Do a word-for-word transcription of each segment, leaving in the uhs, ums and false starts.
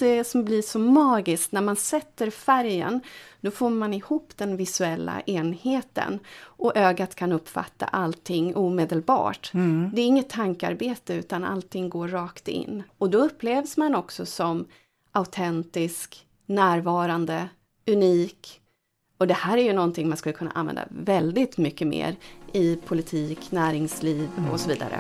det som blir så magiskt när man sätter färgen. Då får man ihop den visuella enheten och ögat kan uppfatta allting omedelbart. Mm. Det är inget tankarbete utan allting går rakt in. Och då upplevs man också som autentisk, närvarande, unik. Och det här är ju någonting man skulle kunna använda väldigt mycket mer i politik, näringsliv och så vidare.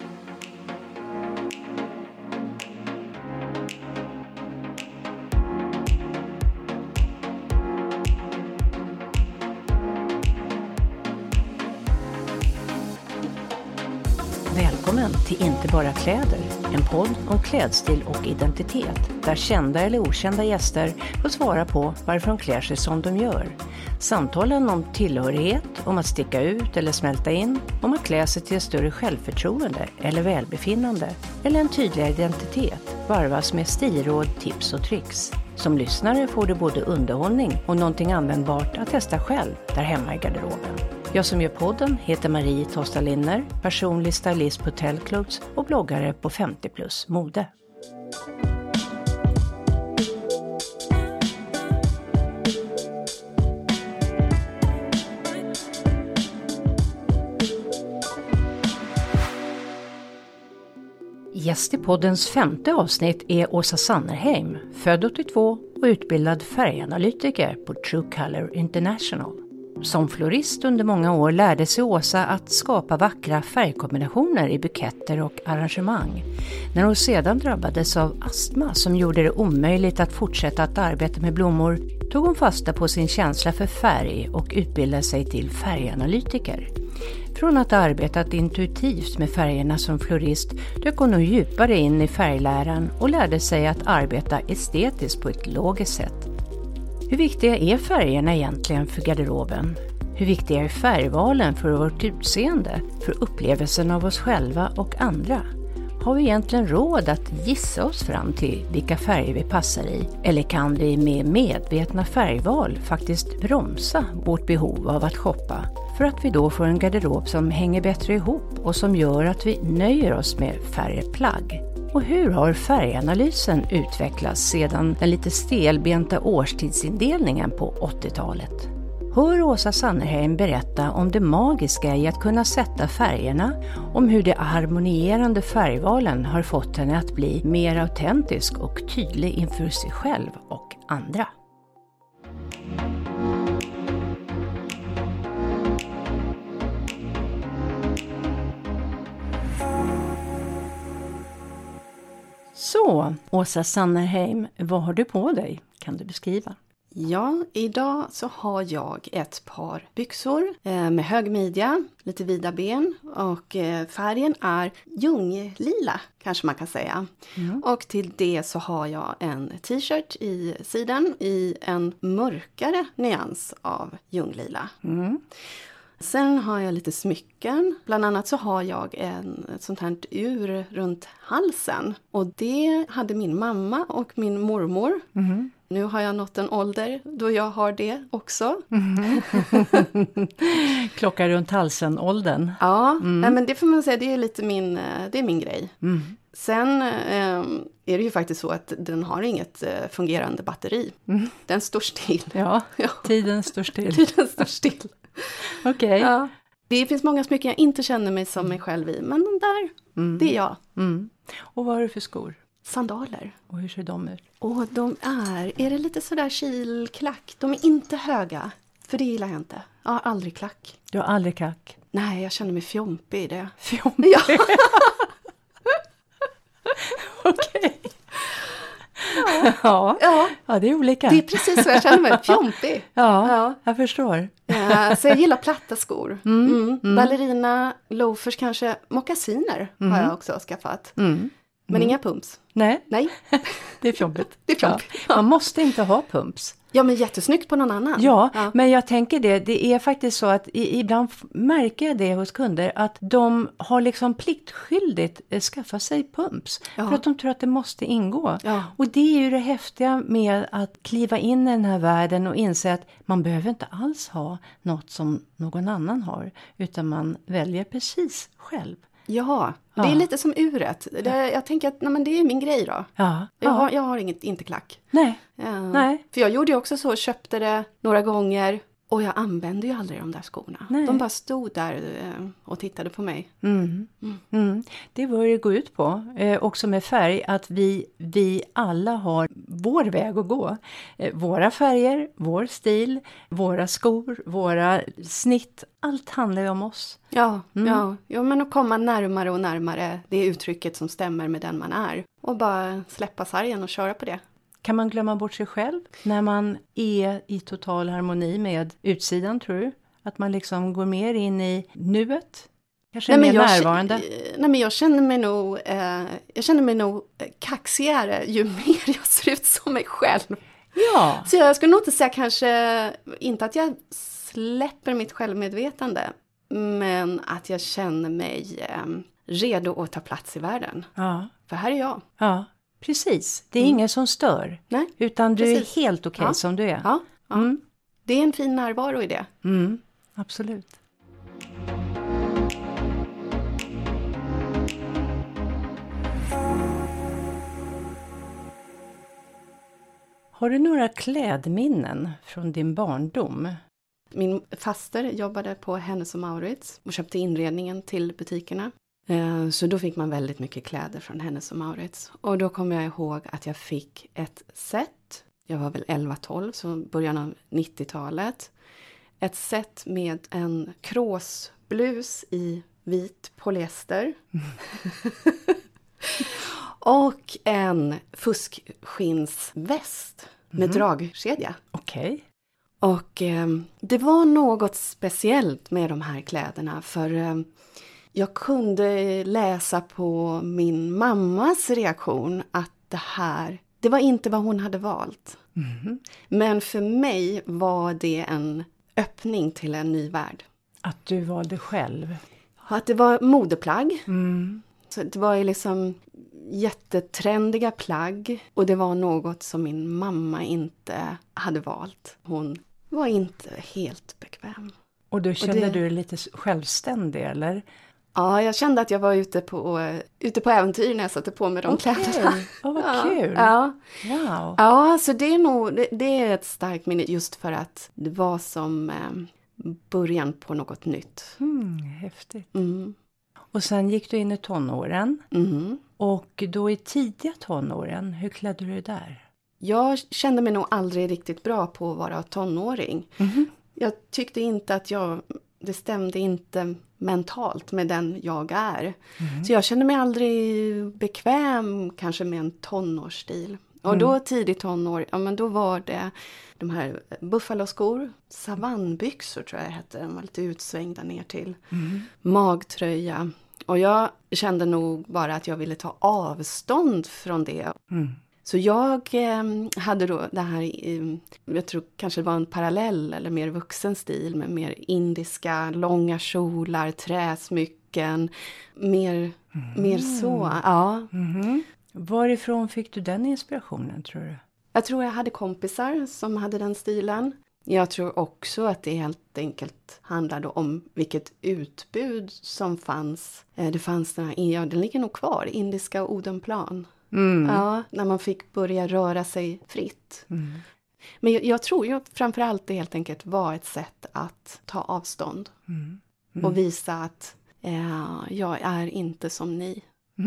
Välkommen till Inte bara kläder, en podd om klädstil och identitet, där kända eller okända gäster får svara på varför de klär sig som de gör. Samtalen om tillhörighet, om att sticka ut eller smälta in, om att klä sig till större självförtroende eller välbefinnande, eller en tydligare identitet, varvas med stilråd, tips och tricks. Som lyssnare får du både underhållning och någonting användbart att testa själv där hemma i garderoben. Jag som gör podden heter Marie Tosta-Linner, personlig stylist på Tellclothes och bloggare på femtio plus mode. Gäst i poddens femte avsnitt är Åsa Sannerheim, född åttiotvå och utbildad färganalytiker på True Color International. Som florist under många år lärde sig Åsa att skapa vackra färgkombinationer i buketter och arrangemang. När hon sedan drabbades av astma som gjorde det omöjligt att fortsätta att arbeta med blommor tog hon fasta på sin känsla för färg och utbildade sig till färganalytiker. Från att ha arbetat intuitivt med färgerna som florist dök hon nu djupare in i färgläran och lärde sig att arbeta estetiskt på ett logiskt sätt. Hur viktiga är färgerna egentligen för garderoben? Hur viktiga är färgvalen för vårt utseende, för upplevelsen av oss själva och andra? Har vi egentligen råd att gissa oss fram till vilka färger vi passar i? Eller kan vi med medvetna färgval faktiskt bromsa vårt behov av att shoppa? För att vi då får en garderob som hänger bättre ihop och som gör att vi nöjer oss med färre plagg. Och hur har färganalysen utvecklats sedan den lite stelbenta årstidsindelningen på åttiotalet? Hör Åsa Sannerheim berätta om det magiska i att kunna sätta färgerna, om hur de harmonierande färgvalen har fått henne att bli mer autentisk och tydlig inför sig själv och andra. Så, Åsa Sannerheim, vad har du på dig? Kan du beskriva? Ja, idag så har jag ett par byxor eh, med hög midja, lite vida ben och eh, färgen är ljunglila kanske man kan säga. Mm. Och till det så har jag en t-shirt i sidan i en mörkare nyans av ljunglila. Mm. Sen har jag lite smycken. Bland annat så har jag en, ett sånt här ur runt halsen. Och det hade min mamma och min mormor. Mm. Nu har jag nått en ålder då jag har det också. Mm. Klocka runt halsen-åldern. Ja, mm. nej, men det får man säga, det är lite min, det är min grej. Mm. Sen eh, är det ju faktiskt så att den har inget eh, fungerande batteri. Mm. Den står still. Ja, ja. Tiden står still. Tiden står still. Okej. Okay. Ja. Det finns många smycken jag inte känner mig som mig själv i. Men den där, mm. det är jag. Mm. Och vad är det för skor? Sandaler. Och hur ser de ut? Och de är, är det lite sådär kilklack? De är inte höga. För det gillar jag inte. Jag har aldrig klack. Du har aldrig klack? Nej, jag känner mig fjompig i det. Fjompig? Ja. Okej. Okay. Ja. Ja. Ja. Ja, det är olika. Det är precis så jag känner mig, fjompig. Ja, ja, jag förstår. Ja, så jag gillar platta skor. Mm. Mm. Mm. Ballerina, loafers kanske, mockasiner mm. har jag också skaffat. Mm. Men mm. inga pumps. Nej, Nej. Det är fjompigt. Det är fjompigt. Ja. Man måste inte ha pumps. Ja, men jättesnyggt på någon annan. Ja, ja, men jag tänker det, det är faktiskt så att i, ibland märker jag det hos kunder att de har liksom pliktskyldigt eh, skaffat sig pumps. Ja. För att de tror att det måste ingå. Ja. Och det är ju det häftiga med att kliva in i den här världen och inse att man behöver inte alls ha något som någon annan har. Utan man väljer precis själv. Ja, det Ja. är lite som uret. Det, jag tänker att nej, men det är min grej då. Ja. Jag ja. har, jag har inget, inte klack. Nej. Ja. Nej. För jag gjorde ju också så, köpte det några gånger och jag använde ju aldrig de där skorna. Nej. De bara stod där eh, och tittade på mig. Mm. Mm. Mm. Det var det går ut på, eh, också med färg, att vi, vi alla har vår väg att gå. Eh, våra färger, vår stil, våra skor, våra snitt, allt handlar ju om oss. Ja, Mm. ja. ja, men att komma närmare och närmare det uttrycket som stämmer med den man är. Och bara släppa sargen och köra på det. Kan man glömma bort sig själv när man är i total harmoni med utsidan, tror du? Att man liksom går mer in i nuet? Kanske Nej, mer men jag, närvarande? Nej, men jag känner mig nog, eh, jag känner mig nog kaxigare ju mer jag ser ut som mig själv. Ja. Så jag skulle nog inte säga kanske, inte att jag släpper mitt självmedvetande, men att jag känner mig eh, redo att ta plats i världen. Ja. För här är jag. Ja, precis. Det är Mm. ingen som stör. Nej, Utan du precis. är helt okej Ja. som du är. ja, ja. Mm. Det är en fin närvaro i det. Mm. Absolut. Har du några klädminnen från din barndom? Min faster jobbade på Hennes och Mauritz och köpte inredningen till butikerna. Eh, Så då fick man väldigt mycket kläder från Hennes och Mauritz. Och då kommer jag ihåg att jag fick ett set. Jag var väl elva tolv, så början av nittiotalet. Ett set med en kråsblus i vit polyester. Och en fuskskinsväst med Mhm. dragkedja. Okej. Och eh, det var något speciellt med de här kläderna, för eh, jag kunde läsa på min mammas reaktion att det här, det var inte vad hon hade valt. Mhm. Men för mig var det en öppning till en ny värld. Att du valde själv. Att det var modeplagg. Mm. Så det var ju liksom jättetrendiga plagg. Och det var något som min mamma inte hade valt. Hon var inte helt bekväm. Och då kände det- du dig lite självständig, eller? Ja, jag kände att jag var ute på, ute på äventyr när jag satte på mig de kläderna. Åh, vad Ja, kul. Ja. Wow. ja, så det är nog, det, det är ett starkt minne just för att det var som eh, början på något nytt. Mm, häftigt. Mm. Och sen gick du in i tonåren. Mm. Och då i tidiga tonåren, hur klädde du dig där? Jag kände mig nog aldrig riktigt bra på att vara tonåring. Mhm. Jag tyckte inte att jag, det stämde inte mentalt med den jag är. Mm. Så jag kände mig aldrig bekväm kanske med en tonårsstil. Och då tidigt tonår, ja men då var det de här buffaloskor, savannbyxor tror jag det hette. De var lite utsvängda ner till. Mm. Magtröja. Och jag kände nog bara att jag ville ta avstånd från det. Mm. Så jag eh, hade då det här, eh, jag tror kanske det var en parallell eller mer vuxen stil med mer indiska, långa kjolar, träsmycken, mer, mer så. Ja. Mhm. Varifrån fick du den inspirationen, tror du? Jag tror jag hade kompisar som hade den stilen. Jag tror också att det helt enkelt handlade om vilket utbud som fanns. Eh, Det fanns den här, ja, den ligger nog kvar, indiska Odenplan. Mm. Ja, när man fick börja röra sig fritt. Mm. Men jag, jag tror ju framförallt det helt enkelt var ett sätt att ta avstånd. Mm. Och visa att eh, jag är inte som ni.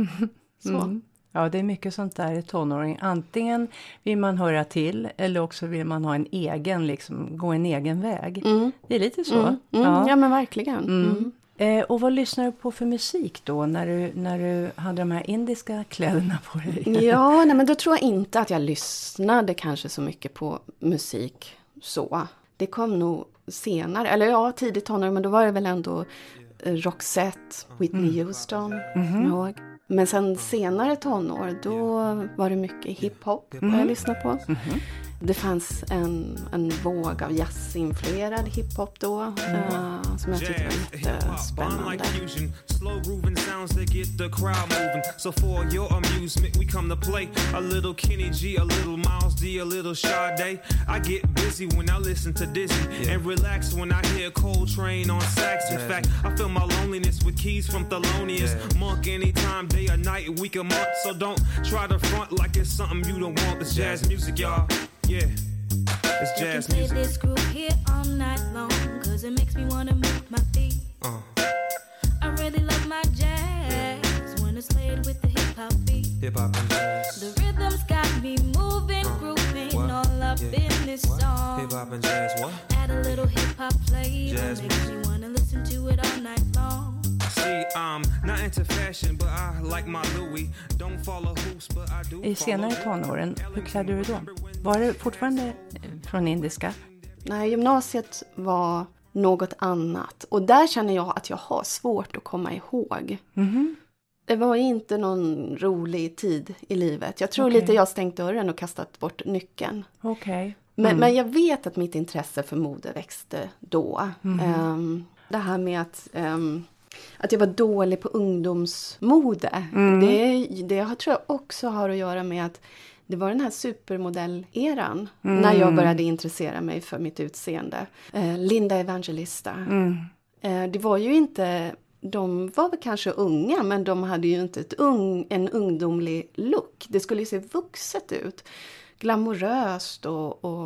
Så. Mm. Ja, det är mycket sånt där i tonåring. Antingen vill man höra till eller också vill man ha en egen, liksom, gå en egen väg. Mm. Det är lite så. Mm. Mm. Ja. Ja men verkligen. Mm. Mm. Eh, och vad lyssnar du på för musik då när du, när du hade de här indiska kläderna på dig? Ja, nej, men då tror jag inte att jag lyssnade kanske så mycket på musik så. Det kom nog senare, eller ja, tidigt tonår, men då var det väl ändå eh, Roxette, Whitney Houston, Mhm. kommer jag ihåg. Men sen senare tonår, då var det mycket hiphop Mhm. jag lyssnade på. Mhm. Det fanns en, en våg av jazzinfluerad hiphop då, eh, som jag tyckte var jättespännande. Slow grooving sounds that get the crowd moving. So for your amusement, we come to play a little Kenny G, a little Miles Uzi, a little Sade. I get busy when I listen to Dizzy yeah. and relax when I hear Coltrane on sax. In yeah. fact, I feel my loneliness with keys from Thelonious yeah. Monk anytime, day or night, week or month. So don't try to front like it's something you don't want. It's jazz music, y'all. Yeah, it's jazz play music. This group here all night long, cause it makes me wanna move my feet. Uh. I really love my jazz when it's laid with the hip-hop beat. Hip-hop and jazz. The rhythm's got me moving, uh. grooving what? all up yeah. in this what? song. Hip-hop and jazz, what? Add a little hip-hop flavor, jazz makes music. me wanna listen to it all night long. See, I'm not into fashion, but I like my Louis. Don't follow hoops, but I do. I senare tonåren, hur klädde du då? Var det fortfarande från indiska? Nej, gymnasiet var något annat. Och där känner jag att jag har svårt att komma ihåg. Mm-hmm. Det var inte någon rolig tid i livet. Jag tror okay. lite jag stängt dörren och kastat bort nyckeln. Okej. Okay. Mm. Men, men jag vet att mitt intresse för mode växte då. Mm. Um, det här med att... Um, Att jag var dålig på ungdomsmode. Mm. Det, det tror jag också har att göra med att det var den här supermodell-eran. Mm. När jag började intressera mig för mitt utseende. Eh, Linda Evangelista. Mm. Eh, det var ju inte... De var väl kanske unga, men de hade ju inte ett ung, en ungdomlig look. Det skulle ju se vuxet ut. Glamoröst och... och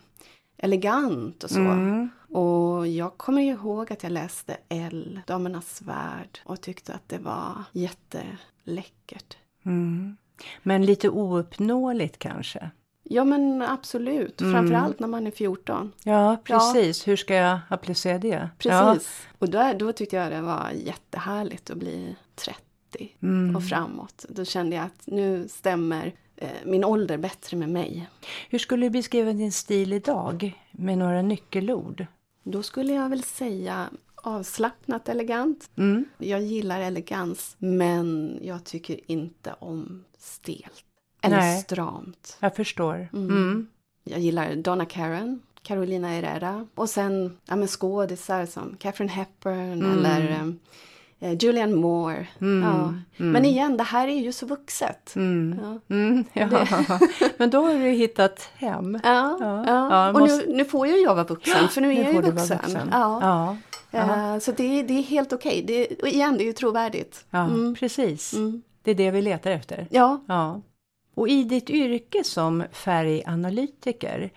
elegant och så. Mm. Och jag kommer ihåg att jag läste Elle, Damernas värld, och tyckte att det var jätteläckert. Mm. Men lite ouppnåeligt kanske? Ja, men absolut. Mm. Framförallt när man är fjorton. Ja, precis. Ja. Hur ska jag applicera det? Precis. Ja. Och då, då tyckte jag det var jättehärligt att bli trettio mm. och framåt. Då kände jag att nu stämmer min ålder bättre med mig. Hur skulle du beskriva din stil idag med några nyckelord? Då skulle jag väl säga avslappnat elegant. Mm. Jag gillar elegans, men jag tycker inte om stelt. Eller Nej. stramt. Jag förstår. Mm. Mm. Jag gillar Donna Karan, Carolina Herrera. Och sen ja, men skådisar som Katharine Hepburn mm. eller... Um, Julianne Moore. Mm, ja. mm. Men igen, det här är ju så vuxet. Mm. Ja. Mm, ja. Men då har du hittat hem. Ja, ja. ja. ja och måste... nu, nu får ju jag vara vuxen, för nu är nu jag ju vuxen. vuxen. Ja. Ja. Uh, så det, det är helt okej. Okay. Och igen, det är ju trovärdigt. Ja, mm. precis. Mm. Det är det vi letar efter. Ja. Ja. Och i ditt yrke som färganalytiker,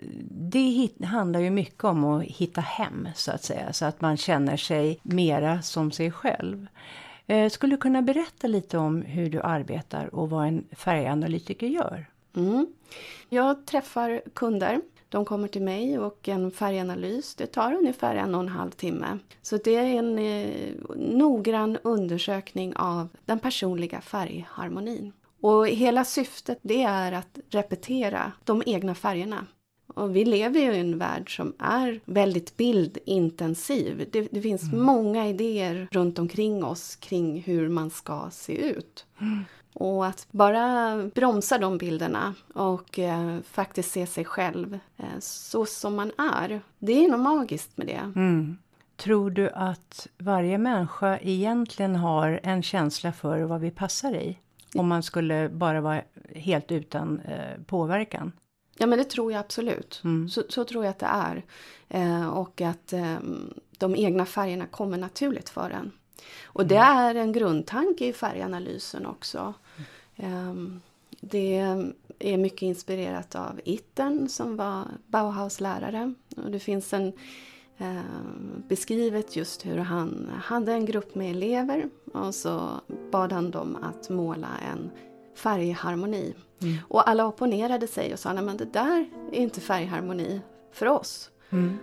det hit, handlar ju mycket om att hitta hem så att säga. Så att man känner sig mera som sig själv. Eh, skulle du kunna berätta lite om hur du arbetar och vad en färganalytiker gör? Mm. Jag träffar kunder. De kommer till mig och en färganalys, det tar ungefär en och en halv timme. Så det är en eh, noggrann undersökning av den personliga färgharmonin. Och hela syftet det är att repetera de egna färgerna. Och vi lever ju i en värld som är väldigt bildintensiv. Det, det finns mm. många idéer runt omkring oss kring hur man ska se ut. Mm. Och att bara bromsa de bilderna och eh, faktiskt se sig själv eh, så som man är. Det är något magiskt med det. Mm. Tror du att varje människa egentligen har en känsla för vad vi passar i? Om man skulle bara vara helt utan eh, påverkan. Ja, men det tror jag absolut. Mm. Så, så tror jag att det är. Eh, och att eh, de egna färgerna kommer naturligt för en. Och det mm. är en grundtanke i färganalysen också. Mm. Eh, det är mycket inspirerat av Itten som var Bauhaus-lärare. Och det finns en... Eh, beskrivet just hur han hade en grupp med elever och så bad han dem att måla en färgharmoni. Mm. Och alla opponerade sig och sa, nej men det där är inte färgharmoni för oss. Mm.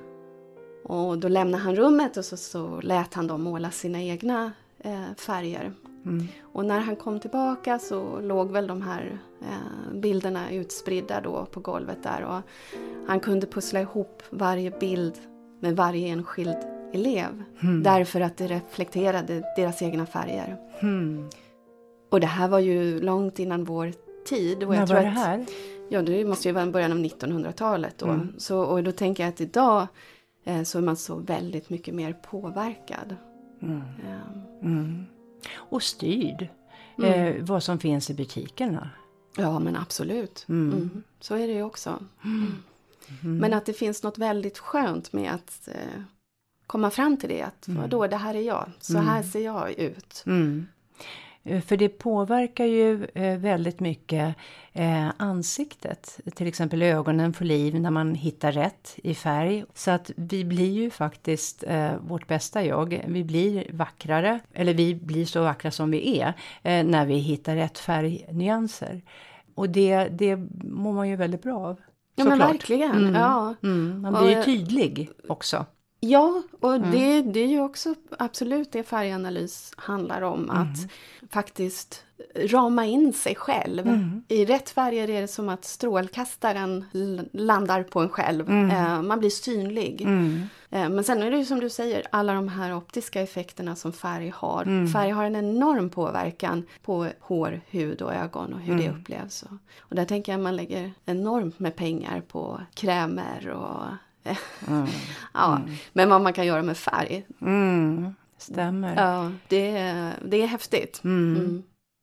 Och då lämnade han rummet och så, så lät han dem måla sina egna eh, färger. Mm. Och när han kom tillbaka så låg väl de här eh, bilderna utspridda då på golvet där. Och han kunde pussla ihop varje bild med varje enskild elev. Mm. Därför att det reflekterade deras egna färger. Mm. Och det här var ju långt innan vår tid. Och När jag tror var det att, här? Ja, det måste ju vara början av nittonhundratalet då. Mm. Så, och då tänker jag att idag eh, så är man så väldigt mycket mer påverkad. Mm. Ja. Mm. Och styrd. Mm. Eh, vad som finns i butikerna. Ja, men absolut. Mm. Mm. Så är det ju också. Mm. Mm. Men att det finns något väldigt skönt med att eh, komma fram till det. Att mm. vadå, det här är jag. Så mm. här ser jag ut. Mm. För det påverkar ju eh, väldigt mycket eh, ansiktet. Till exempel ögonen får liv när man hittar rätt i färg. Så att vi blir ju faktiskt eh, vårt bästa jag. Vi blir vackrare. Eller vi blir så vackra som vi är. Eh, när vi hittar rätt färgnyanser. Och det, det mår man ju väldigt bra av. Ja, men verkligen. Mm. Ja. Mm. Man blir ju tydlig också. Ja, och mm. det, det är ju också absolut det färganalys handlar om. Mm. Att faktiskt rama in sig själv. Mm. I rätt färger är det som att strålkastaren landar på en själv. Mm. Eh, man blir synlig. Mm. Eh, men sen är det ju som du säger, alla de här optiska effekterna som färg har. Mm. Färg har en enorm påverkan på hår, hud och ögon och hur mm. det upplevs. Och, och där tänker jag att man lägger enormt med pengar på krämer och... Mm. ja, mm. Men vad man kan göra med färg. Mm. Stämmer. Ja, det, det är häftigt. Mm. Mm.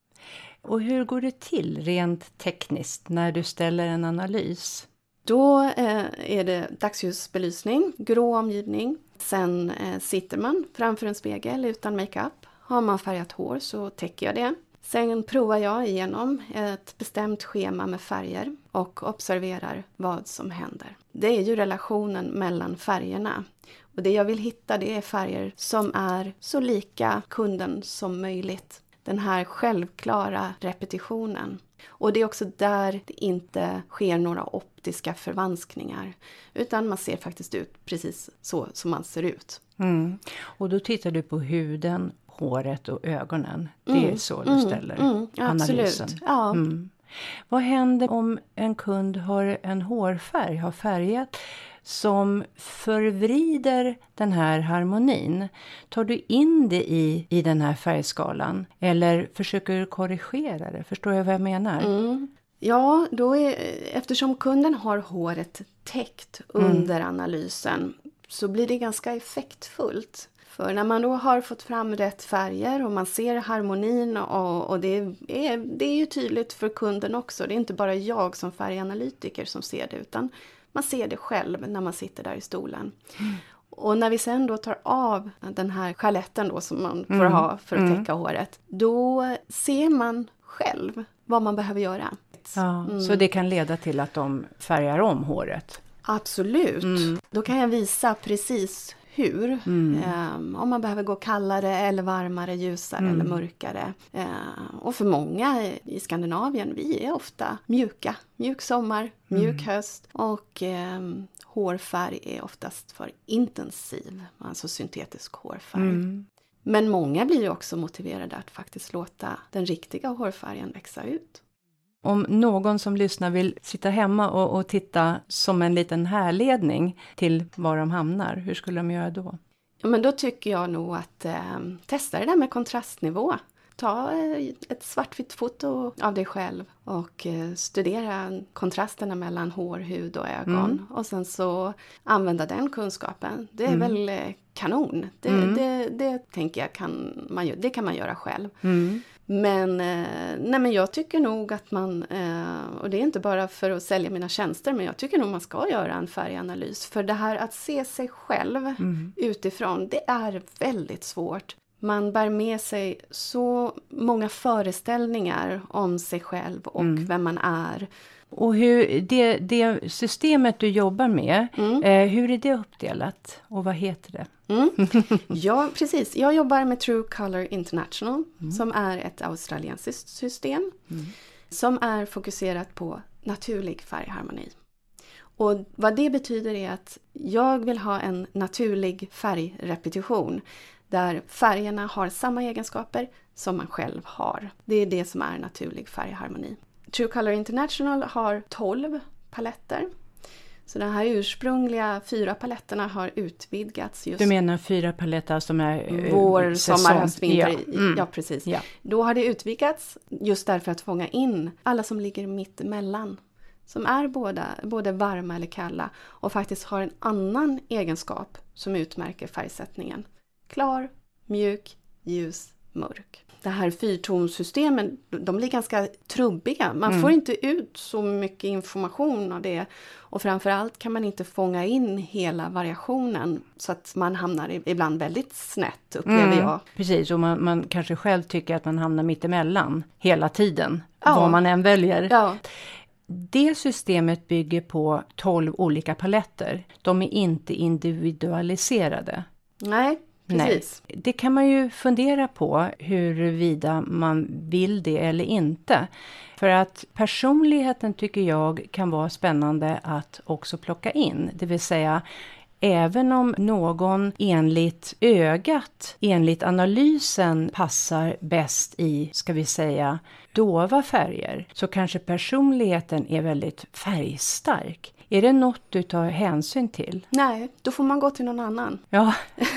Och hur går det till rent tekniskt när du ställer en analys? Då eh, är det dagsljusbelysning, grå omgivning. Sen eh, sitter man framför en spegel utan makeup. Har man färgat hår så täcker jag det. Sen provar jag igenom ett bestämt schema med färger och observerar vad som händer. Det är ju relationen mellan färgerna. Och det jag vill hitta, det är färger som är så lika kunden som möjligt. Den här självklara repetitionen. Och det är också där det inte sker några optiska förvanskningar. Utan man ser faktiskt ut precis så som man ser ut. Mm. Och då tittar du på huden, håret och ögonen. Det är mm. så du ställer mm. Mm. analysen. Absolut. Ja. Mm. Vad händer om en kund har en hårfärg, har färgat som förvrider den här harmonin? Tar du in det i, i den här färgskalan eller försöker du korrigera det? Förstår jag vad jag menar? Mm. Ja, då är, eftersom kunden har håret täckt under mm. analysen så blir det ganska effektfullt. För när man då har fått fram rätt färger och man ser harmonin och, och det, är, det är ju tydligt för kunden också. Det är inte bara jag som färganalytiker som ser det utan man ser det själv när man sitter där i stolen. Mm. Och när vi sen då tar av den här skaletten då som man får mm. ha för att mm. täcka håret. Då ser man själv vad man behöver göra. Ja, mm. Så det kan leda till att de färgar om håret? Absolut. Mm. Då kan jag visa precis hur. Mm. Um, om man behöver gå kallare eller varmare, ljusare mm. eller mörkare. Uh, och för många i Skandinavien, vi är ofta mjuka. Mjuk sommar, mjuk mm. höst. Och um, hårfärg är oftast för intensiv. Alltså syntetisk hårfärg. Mm. Men många blir ju också motiverade att faktiskt låta den riktiga hårfärgen växa ut. Om någon som lyssnar vill sitta hemma och, och titta som en liten härledning till var de hamnar, hur skulle de göra då? Ja, men då tycker jag nog att eh, testa det där med kontrastnivå. Ta eh, ett svartvitt foto av dig själv och eh, studera kontrasterna mellan hår, hud och ögon. Mm. Och sen så använda den kunskapen. Det är mm. väl eh, kanon. Det, mm. det, det tänker jag kan man, det kan man göra själv. Mm. Men, eh, nej men jag tycker nog att man, eh, och det är inte bara för att sälja mina tjänster, men jag tycker nog man ska göra en färganalys. För det här att se sig själv mm. utifrån, det är väldigt svårt. Man bär med sig så många föreställningar om sig själv och mm. vem man är. Och hur det, det systemet du jobbar med, mm. eh, hur är det uppdelat och vad heter det? Mm. Ja, precis. Jag jobbar med True Color International mm. som är ett australiensiskt system mm. som är fokuserat på naturlig färgharmoni. Och vad det betyder är att jag vill ha en naturlig färgrepetition där färgerna har samma egenskaper som man själv har. Det är det som är naturlig färgharmoni. True Color International har tolv paletter. Så de här ursprungliga fyra paletterna har utvidgats. Just du menar fyra paletter som är vår, sommar, höst, vinter. Ja, mm. ja precis. Ja. Då har det utvidgats just därför att fånga in alla som ligger mitt emellan. Som är både, både varma eller kalla och faktiskt har en annan egenskap som utmärker färgsättningen. Klar, mjuk, ljus mörk. Det här fyrtonsystemen, de blir ganska trubbiga. Man mm. får inte ut så mycket information av det. Och framförallt kan man inte fånga in hela variationen. Så att man hamnar ibland väldigt snett, upplever mm. jag. Precis, och man, man kanske själv tycker att man hamnar mitt emellan hela tiden. Ja. Vad man än väljer. Ja. Det systemet bygger på tolv olika paletter. De är inte individualiserade. Nej. Precis. Nej, det kan man ju fundera på huruvida man vill det eller inte. För att personligheten tycker jag kan vara spännande att också plocka in. Det vill säga, även om någon enligt ögat, enligt analysen passar bäst i, ska vi säga, dova färger, så kanske personligheten är väldigt färgstark. Är det något du tar hänsyn till? Nej, då får man gå till någon annan. Ja.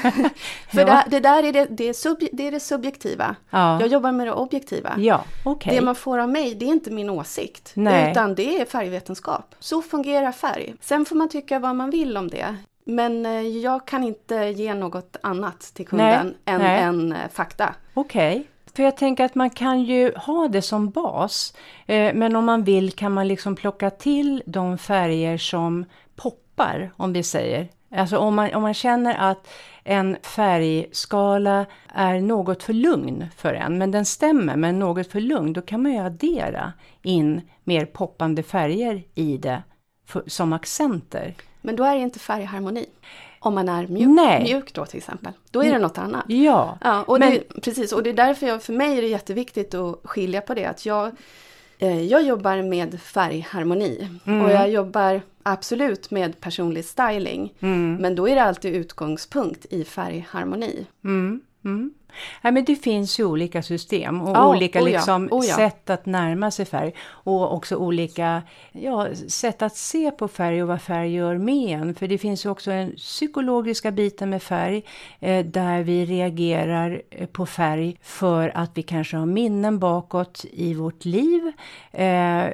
För ja. Det, det där är det, det, är sub, det är det subjektiva. Ja. Jag jobbar med det objektiva. Ja, okay. Det man får av mig, det är inte min åsikt. Nej. Utan det är färgvetenskap. Så fungerar färg. Sen får man tycka vad man vill om det. Men jag kan inte ge något annat till kunden Nej. än, Nej. än fakta. Okej. Okay. För jag tänker att man kan ju ha det som bas. Eh, men om man vill kan man liksom plocka till de färger som poppar, om vi säger. Alltså om man, om man känner att en färgskala är något för lugn för en. Men den stämmer, men något för lugn. Då kan man ju addera in mer poppande färger i det för, som accenter. Men då är det inte färgharmoni. Om man är mjuk, mjuk då till exempel. Då är det något annat. Ja. ja och, men... det, precis, och det är därför jag, för mig är det jätteviktigt att skilja på det. Att jag, eh, jag jobbar med färgharmoni. Mm. Och jag jobbar absolut med personlig styling. Mm. Men då är det alltid utgångspunkt i färgharmoni. Mm. Mm. Ja, men det finns ju olika system och oh, olika oh ja, liksom oh ja. sätt att närma sig färg. Och också olika ja, sätt att se på färg och vad färg gör med en. För det finns ju också en psykologiska biten med färg eh, där vi reagerar på färg för att vi kanske har minnen bakåt i vårt liv. Eh,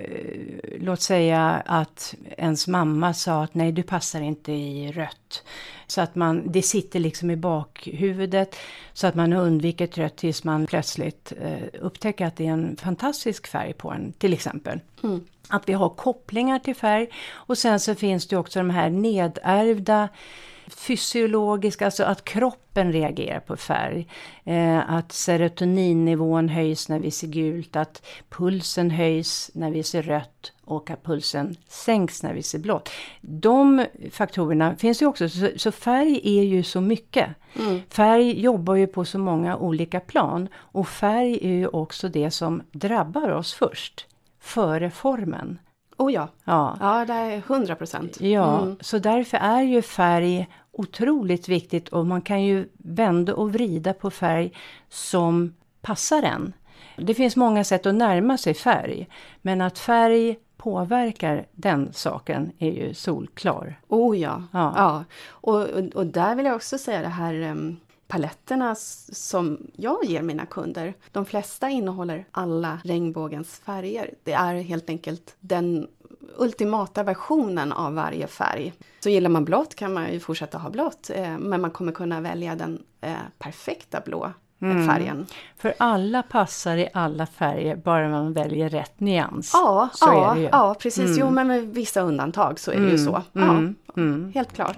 låt säga att ens mamma sa att nej, du passar inte i rött. Så att man, det sitter liksom i bakhuvudet så att man undviker rött tills man plötsligt eh, upptäcker att det är en fantastisk färg på en, till exempel. Mm. Att vi har kopplingar till färg. Och sen så finns det också de här nedärvda fysiologiska, alltså att kroppen reagerar på färg. Eh, att serotoninnivån höjs när vi ser gult, att pulsen höjs när vi ser rött och att pulsen sänks när vi ser blått. De faktorerna finns ju också, så, så färg är ju så mycket. Mm. Färg jobbar ju på så många olika plan och färg är ju också det som drabbar oss först, före formen. Oh ja, ja, ja det är hundra procent. Ja, mm. Så därför är ju färg otroligt viktigt och man kan ju vända och vrida på färg som passar en. Det finns många sätt att närma sig färg, men att färg påverkar den saken är ju solklar. Oh ja, ja. ja. Och, och där vill jag också säga det här um, paletterna som jag ger mina kunder. De flesta innehåller alla regnbågens färger. Det är helt enkelt den ultimata versionen av varje färg. Så gillar man blått kan man ju fortsätta ha blått, eh, men man kommer kunna välja den eh, perfekta blå mm. färgen. För alla passar i alla färger, bara man väljer rätt nyans. Ja, så ja, är det ju. ja precis. Mm. Jo, men med vissa undantag så är mm. det ju så. Ja, mm. Mm. helt klart.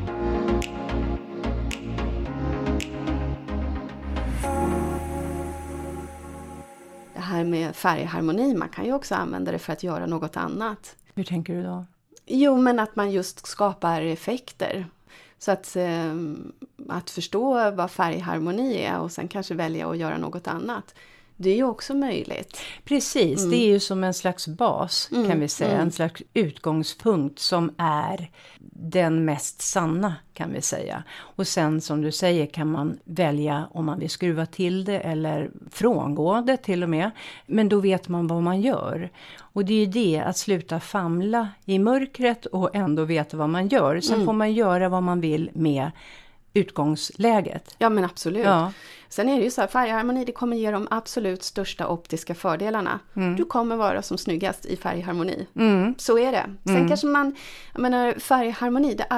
Det här med färgharmoni, man kan ju också använda det för att göra något annat. Hur tänker du då? Jo, men att man just skapar effekter. Så att, eh, att förstå vad färgharmoni är och sen kanske välja att göra något annat. Det är ju också möjligt. Precis, mm. det är ju som en slags bas mm. kan vi säga. Mm. En slags utgångspunkt som är den mest sanna kan vi säga. Och sen som du säger kan man välja om man vill skruva till det eller frångå det till och med. Men då vet man vad man gör. Och det är ju det att sluta famla i mörkret och ändå veta vad man gör. Sen mm. får man göra vad man vill med utgångsläget. Ja men absolut. Ja. Sen är det ju så här, färgharmoni det kommer ge de absolut största optiska fördelarna. Mm. Du kommer vara som snyggast i färgharmoni. Mm. Så är det. Sen mm. kanske man, jag menar färgharmoni det är ju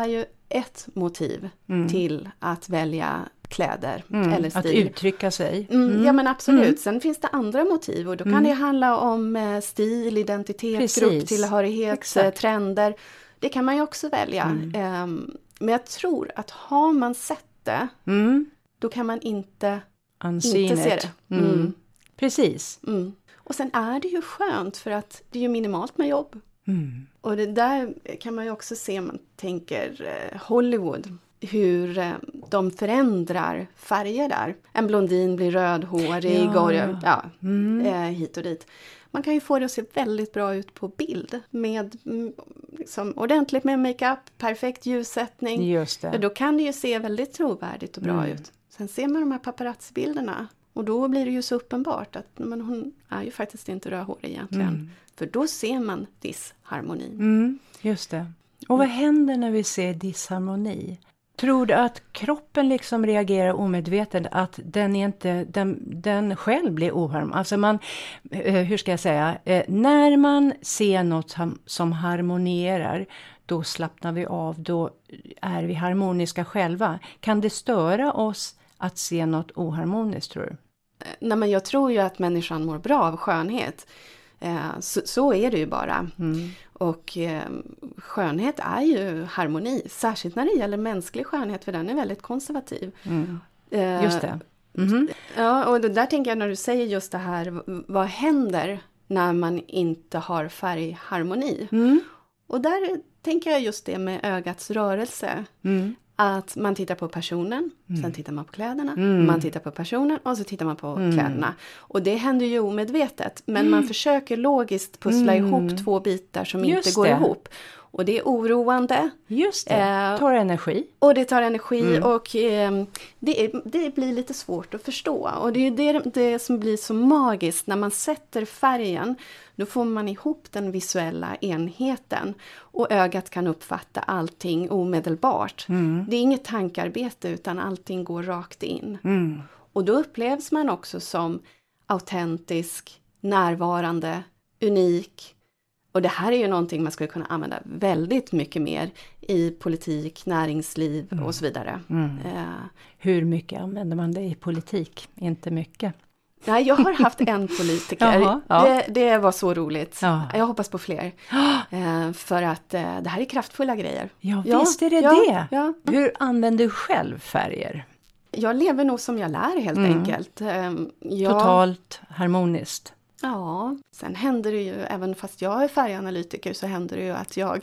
ett motiv mm. till att välja kläder mm. eller stil. Att uttrycka sig. Mm. Mm. Ja men absolut. Mm. Sen finns det andra motiv och då kan mm. det handla om stil, identitet, Precis. grupptillhörighet, Exakt. trender. Det kan man ju också välja. Mm. Um, men jag tror att har man sett det, mm. då kan man inte, inte se det. Mm. Mm. Precis. Mm. Och sen är det ju skönt för att det är ju minimalt med jobb. Mm. Och det där kan man ju också se om man tänker eh, Hollywood. Hur eh, de förändrar färger där. En blondin blir rödhårig ja. och ja, mm. eh, hit och dit. Man kan ju få det att se väldigt bra ut på bild. Med mm, liksom, ordentligt med makeup, perfekt ljussättning. Just det. Då kan det ju se väldigt trovärdigt och bra mm. ut. Sen ser man de här paparazzi-bilderna. Och då blir det ju så uppenbart att men hon är ju faktiskt inte rödhårig egentligen. Mm. För då ser man disharmonin. Mm, just det. Och vad händer när vi ser disharmoni? Tror du att kroppen liksom reagerar omedvetet? Att den, är inte, den, den själv blir oharmonisk? Alltså man, hur ska jag säga? Eh, när man ser något som harmonierar, då slappnar vi av. Då är vi harmoniska själva. Kan det störa oss att se något oharmoniskt, tror du? Nej, men jag tror ju att människan mår bra av skönhet. Eh, så, så är det ju bara. Mm. Och eh, skönhet är ju harmoni. Särskilt när det gäller mänsklig skönhet. För den är väldigt konservativ. Mm. Eh, just det. Mm-hmm. Ja, och där tänker jag när du säger just det här. Vad händer när man inte har färgharmoni? Mm. Och där tänker jag just det med ögats rörelse. Mm. Att man tittar på personen, mm. sen tittar man på kläderna, mm. man tittar på personen och så tittar man på mm. kläderna. Och det händer ju omedvetet, men mm. man försöker logiskt pussla mm. ihop två bitar som Just inte går det. ihop. Och det är oroande. Just det, eh, tar energi. Och det tar energi mm. och eh, det, är, det blir lite svårt att förstå. Och det är det, det som blir så magiskt när man sätter färgen. Då får man ihop den visuella enheten. Och ögat kan uppfatta allting omedelbart. Mm. Det är inget tankarbete utan allting går rakt in. Mm. Och då upplevs man också som autentisk, närvarande, unik. Och det här är ju någonting man skulle kunna använda väldigt mycket mer i politik, näringsliv mm. och så vidare. Mm. Uh, Hur mycket använder man det i politik? Inte mycket. Nej, jag har haft en politiker. Jaha, ja. det, det var så roligt. Ja. Jag hoppas på fler. Uh, för att uh, det här är kraftfulla grejer. Ja, ja visst är det ja, det. Ja. Hur använder du själv färger? Jag lever nog som jag lär helt mm. enkelt. Uh, jag... Totalt harmoniskt. Ja, sen händer det ju, även fast jag är färganalytiker så händer det ju att jag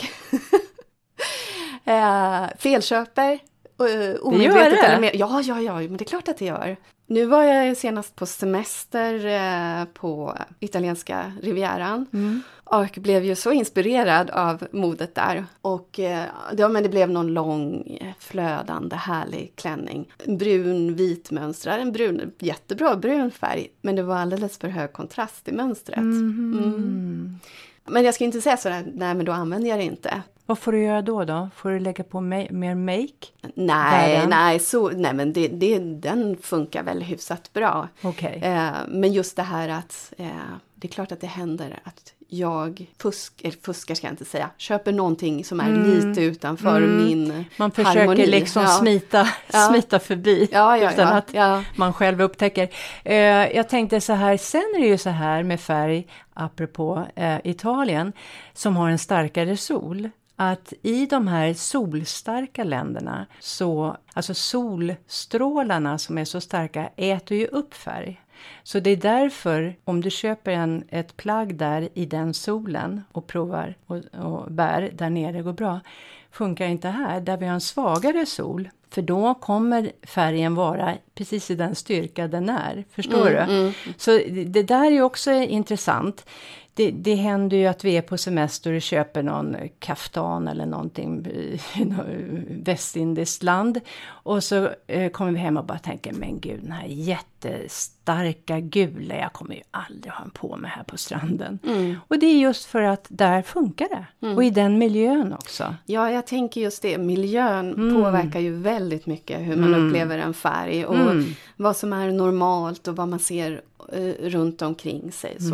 eh, felköper. Uh, omedvetet eller mer. Ja, ja, ja, men det är klart att det gör. Nu var jag senast på semester eh, på italienska rivieran. Mm. Och blev ju så inspirerad av modet där. Och eh, ja, men det blev någon lång, flödande, härlig klänning. Brun, vit mönstrad. En brun, jättebra brun färg. Men det var alldeles för hög kontrast i mönstret. Mm. Mm. Men jag ska inte säga sådär, nej men då använder jag det inte. Vad får du göra då då? Får du lägga på ma- mer make? Nej, nej, så, nej men det, det, den funkar väl hyfsat bra. Okay. Eh, men just det här att eh, det är klart att det händer att jag fusk, eller fuskar ska jag inte säga, köper någonting som är mm. lite utanför mm. min Man försöker harmoni. liksom ja. smita, ja. smita förbi ja, ja, utan ja, att ja. man själv upptäcker. Eh, jag tänkte så här, sen är det ju så här med färg, apropå eh, Italien, som har en starkare sol. Att i de här solstarka länderna, så, alltså solstrålarna som är så starka äter ju upp färg. Så det är därför, om du köper en, ett plagg där i den solen och provar och, och bär där nere går bra, funkar inte här där vi har en svagare sol. För då kommer färgen vara precis i den styrka den är, förstår mm, du? Mm. Så det, det där är ju också intressant. Det, det händer ju att vi är på semester och köper någon kaftan eller någonting i västindiskt land. Och så eh, kommer vi hem och bara tänker, men gud, den här jättestarka gula, jag kommer ju aldrig ha en på mig här på stranden. Mm. Och det är just för att där funkar det. Mm. Och i den miljön också. Ja, jag tänker just det. Miljön mm. påverkar ju väldigt mycket hur man mm. upplever en färg. Och mm. vad som är normalt och vad man ser uh, runt omkring sig. Så. Mm.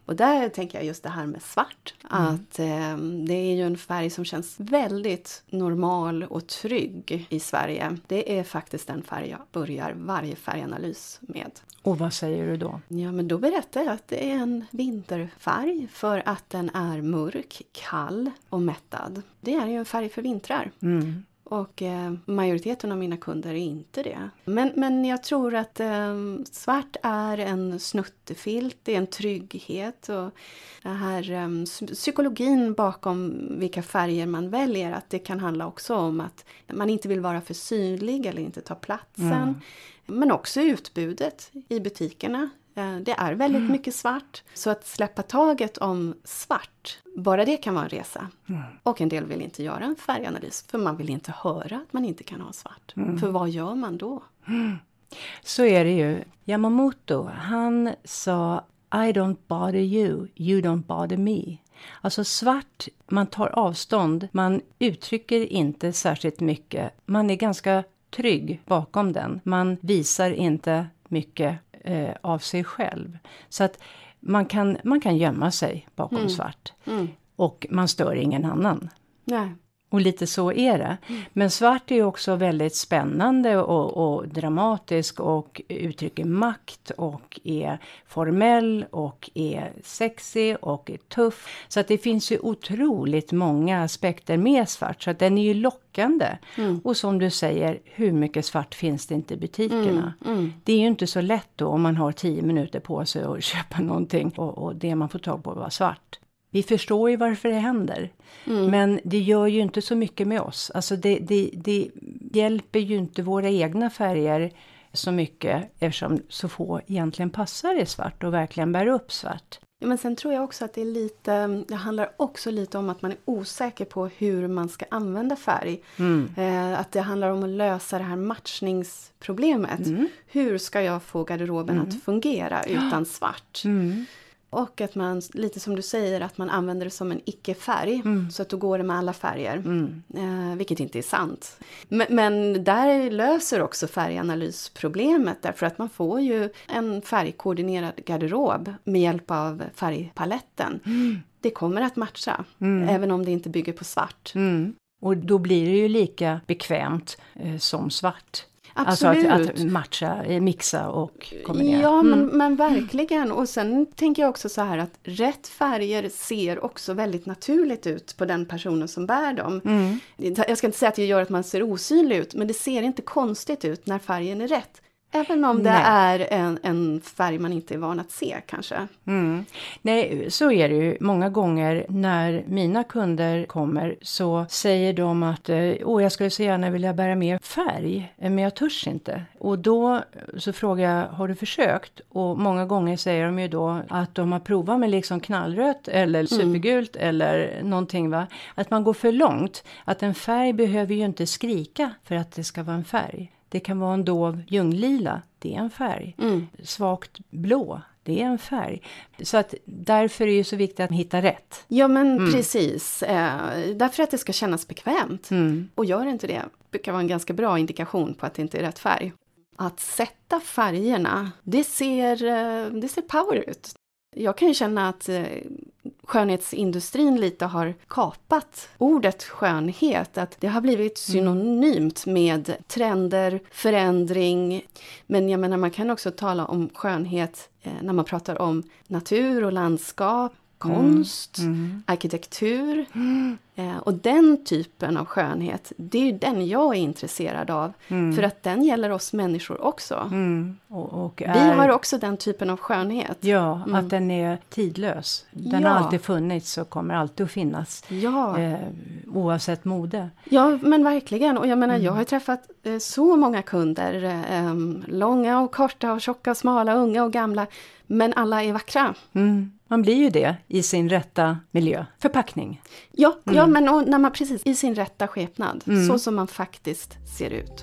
Och där tänker jag just det här med svart. Mm. Att eh, det är ju en färg som känns väldigt normal och trygg i Sverige. Det är faktiskt den färg jag börjar varje färganalys med. Och vad säger du då? Ja, men då berättar jag att det är en vinterfärg för att den är mörk, kall och mättad. Det är ju en färg för vintrar. Mm. Och eh, majoriteten av mina kunder är inte det. Men, men jag tror att eh, svart är en snuttefilt, det är en trygghet. Och den här eh, psykologin bakom vilka färger man väljer, att det kan handla också om att man inte vill vara för synlig eller inte ta platsen. Mm. Men också utbudet i butikerna. Det är väldigt mm. mycket svart. Så att släppa taget om svart, bara det kan vara en resa. Mm. Och en del vill inte göra en färganalys. För man vill inte höra att man inte kan ha svart. Mm. För vad gör man då? Mm. Så är det ju. Yamamoto, han sa I don't bother you, you don't bother me. Alltså svart, man tar avstånd. Man uttrycker inte särskilt mycket. Man är ganska trygg bakom den. Man visar inte mycket eh, av sig själv. Så att man kan, man kan gömma sig bakom mm. svart. Mm. Och man stör ingen annan. Nej. Och lite så är det. Mm. Men svart är också väldigt spännande och, och dramatisk och uttrycker makt och är formell och är sexig och är tuff. Så att det finns ju otroligt många aspekter med svart, så att den är ju lockande. Mm. Och som du säger, hur mycket svart finns det inte i butikerna? Mm. Mm. Det är ju inte så lätt då om man har tio minuter på sig att köpa någonting och, och det man får tag på var svart. Vi förstår ju varför det händer. Mm. Men det gör ju inte så mycket med oss. Alltså det, det, det hjälper ju inte våra egna färger så mycket. Eftersom så få egentligen passar i svart och verkligen bär upp svart. Ja, men sen tror jag också att det är lite, det handlar också lite om att man är osäker på hur man ska använda färg. Mm. Eh, att det handlar om att lösa det här matchningsproblemet. Mm. Hur ska jag få garderoben mm. att fungera utan svart? Mm. Och att man, lite som du säger, att man använder det som en icke-färg. Mm. Så att då går det med alla färger. Mm. Eh, vilket inte är sant. Men, men där löser också färganalysproblemet. Därför att man får ju en färgkoordinerad garderob med hjälp av färgpaletten. Mm. Det kommer att matcha. Mm. Även om det inte bygger på svart. Mm. Och då blir det ju lika bekvämt eh, som svart. Absolut. Alltså att, att matcha, mixa och kombinera. Ja, men, mm. men verkligen. Och sen tänker jag också så här att rätt färger ser också väldigt naturligt ut på den personen som bär dem. Mm. Jag ska inte säga att det gör att man ser osynlig ut, men det ser inte konstigt ut när färgen är rätt. Även om det Nej. är en, en färg man inte är van att se kanske. Mm. Nej, så är det ju. Många gånger när mina kunder kommer så säger de att åh, jag skulle så gärna vilja bära mer färg, men jag törs inte. Och då så frågar jag, har du försökt? Och många gånger säger de ju då att de har provat med liksom knallrött eller supergult mm. eller någonting, va? Att man går för långt. Att en färg behöver ju inte skrika för att det ska vara en färg. Det kan vara en dov ljunglila, det är en färg. Mm. Svagt blå, det är en färg. Så att därför är det ju så viktigt att hitta rätt. Ja, men mm. precis. Eh, därför att det ska kännas bekvämt. Mm. Och gör inte det, det kan vara en ganska bra indikation på att det inte är rätt färg. Att sätta färgerna, det ser, det ser power ut. Jag kan ju känna att eh, skönhetsindustrin lite har kapat ordet skönhet. Att det har blivit synonymt med trender, förändring. Men jag menar, man kan också tala om skönhet eh, när man pratar om natur och landskap, konst, mm. Mm. arkitektur. Mm. Eh, och den typen av skönhet, det är ju den jag är intresserad av. Mm. För att den gäller oss människor också. Mm. Och, och är... Vi har också den typen av skönhet. Ja, mm. att den är tidlös. Den ja. har alltid funnits och kommer alltid att finnas. Ja. Eh, oavsett mode. Ja, men verkligen. Och jag menar, mm. jag har träffat eh, så många kunder. Eh, långa och korta och tjocka och smala, unga och gamla. Men alla är vackra. Mm. Man blir ju det i sin rätta miljö. Förpackning. Ja, mm. ja men och när man precis i sin rätta skepnad. Mm. Så som man faktiskt ser ut.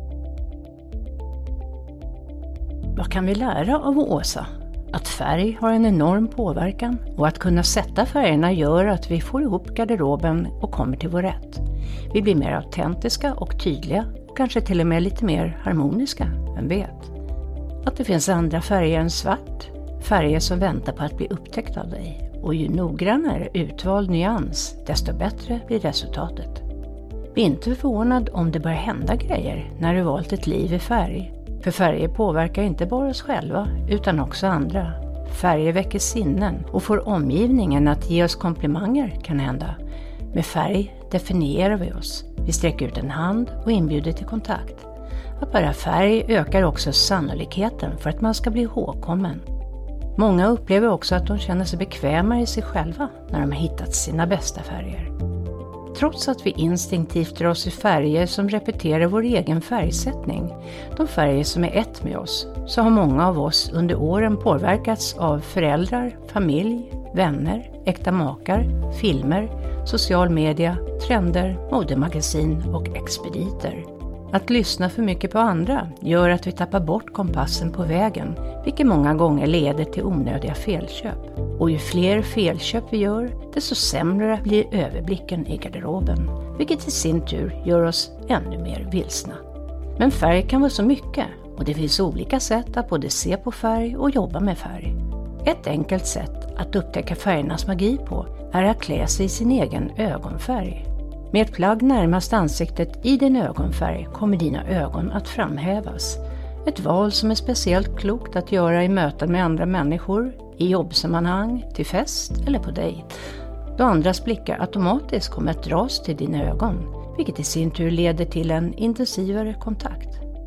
Vad kan vi lära av Åsa? Att färg har en enorm påverkan. Och att kunna sätta färgerna gör att vi får ihop garderoben och kommer till vår rätt. Vi blir mer autentiska och tydliga. Och kanske till och med lite mer harmoniska. Vem vet? Att det finns andra färger än svart. Färger som väntar på att bli upptäckt av dig. Och ju noggrannare utvald nyans, desto bättre blir resultatet. Bli inte förvånad om det börjar hända grejer när du valt ett liv i färg. För färger påverkar inte bara oss själva utan också andra. Färger väcker sinnen och får omgivningen att ge oss komplimanger kan hända. Med färg definierar vi oss. Vi sträcker ut en hand och inbjuder till kontakt. Att bära färg ökar också sannolikheten för att man ska bli ihågkommen. Många upplever också att de känner sig bekvämare i sig själva när de har hittat sina bästa färger. Trots att vi instinktivt dras i färger som repeterar vår egen färgsättning, de färger som är ett med oss, så har många av oss under åren påverkats av föräldrar, familj, vänner, äkta makar, filmer, social media, trender, modemagasin och expediter. Att lyssna för mycket på andra gör att vi tappar bort kompassen på vägen, vilket många gånger leder till onödiga felköp. Och ju fler felköp vi gör, desto sämre blir överblicken i garderoben, vilket i sin tur gör oss ännu mer vilsna. Men färg kan vara så mycket, och det finns olika sätt att både se på färg och jobba med färg. Ett enkelt sätt att upptäcka färgernas magi på är att klä sig i sin egen ögonfärg. Med ett plagg närmast ansiktet i din ögonfärg kommer dina ögon att framhävas. Ett val som är speciellt klokt att göra i möten med andra människor, i jobbsammanhang, till fest eller på dejt. Då andras blickar automatiskt kommer att dras till dina ögon, vilket i sin tur leder till en intensivare kontakt.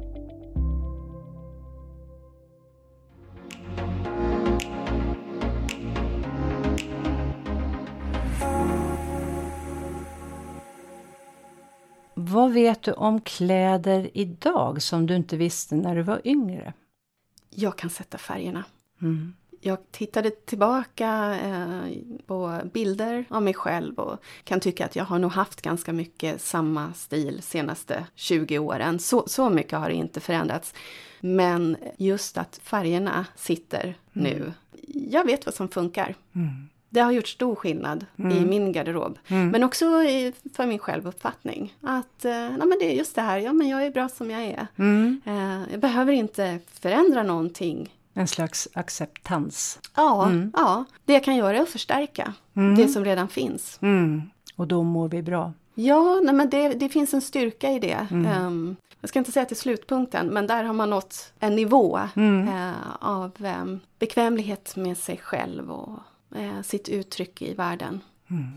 Vad vet du om kläder idag som du inte visste när du var yngre? Jag kan sätta färgerna. Mm. Jag tittade tillbaka eh, på bilder av mig själv och kan tycka att jag har nog haft ganska mycket samma stil senaste tjugo åren. Så, så mycket har det inte förändrats. Men just att färgerna sitter mm. nu. Jag vet vad som funkar. Mm. Det har gjort stor skillnad mm. i min garderob. Mm. Men också i, för min självuppfattning. Att eh, nej, men det är just det här. Ja, men jag är bra som jag är. Mm. Eh, jag behöver inte förändra någonting. En slags acceptans. Ja, mm. ja, det jag kan göra är att förstärka mm. det som redan finns. Mm. Och då mår vi bra. Ja, nej, men det, det finns en styrka i det. Mm. Um, jag ska inte säga till slutpunkten, men där har man nått en nivå mm. uh, av um, bekvämlighet med sig själv och uh, sitt uttryck i världen. Mm.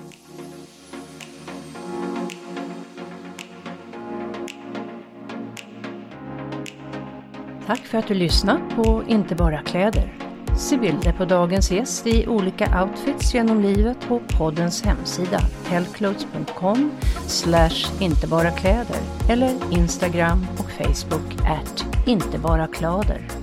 Tack för att du lyssnat på Inte bara kläder. Se bilder på dagens gäst i olika outfits genom livet på poddens hemsida hellclothes punkt com slash inte bara kläder eller Instagram och Facebook at inte bara kläder.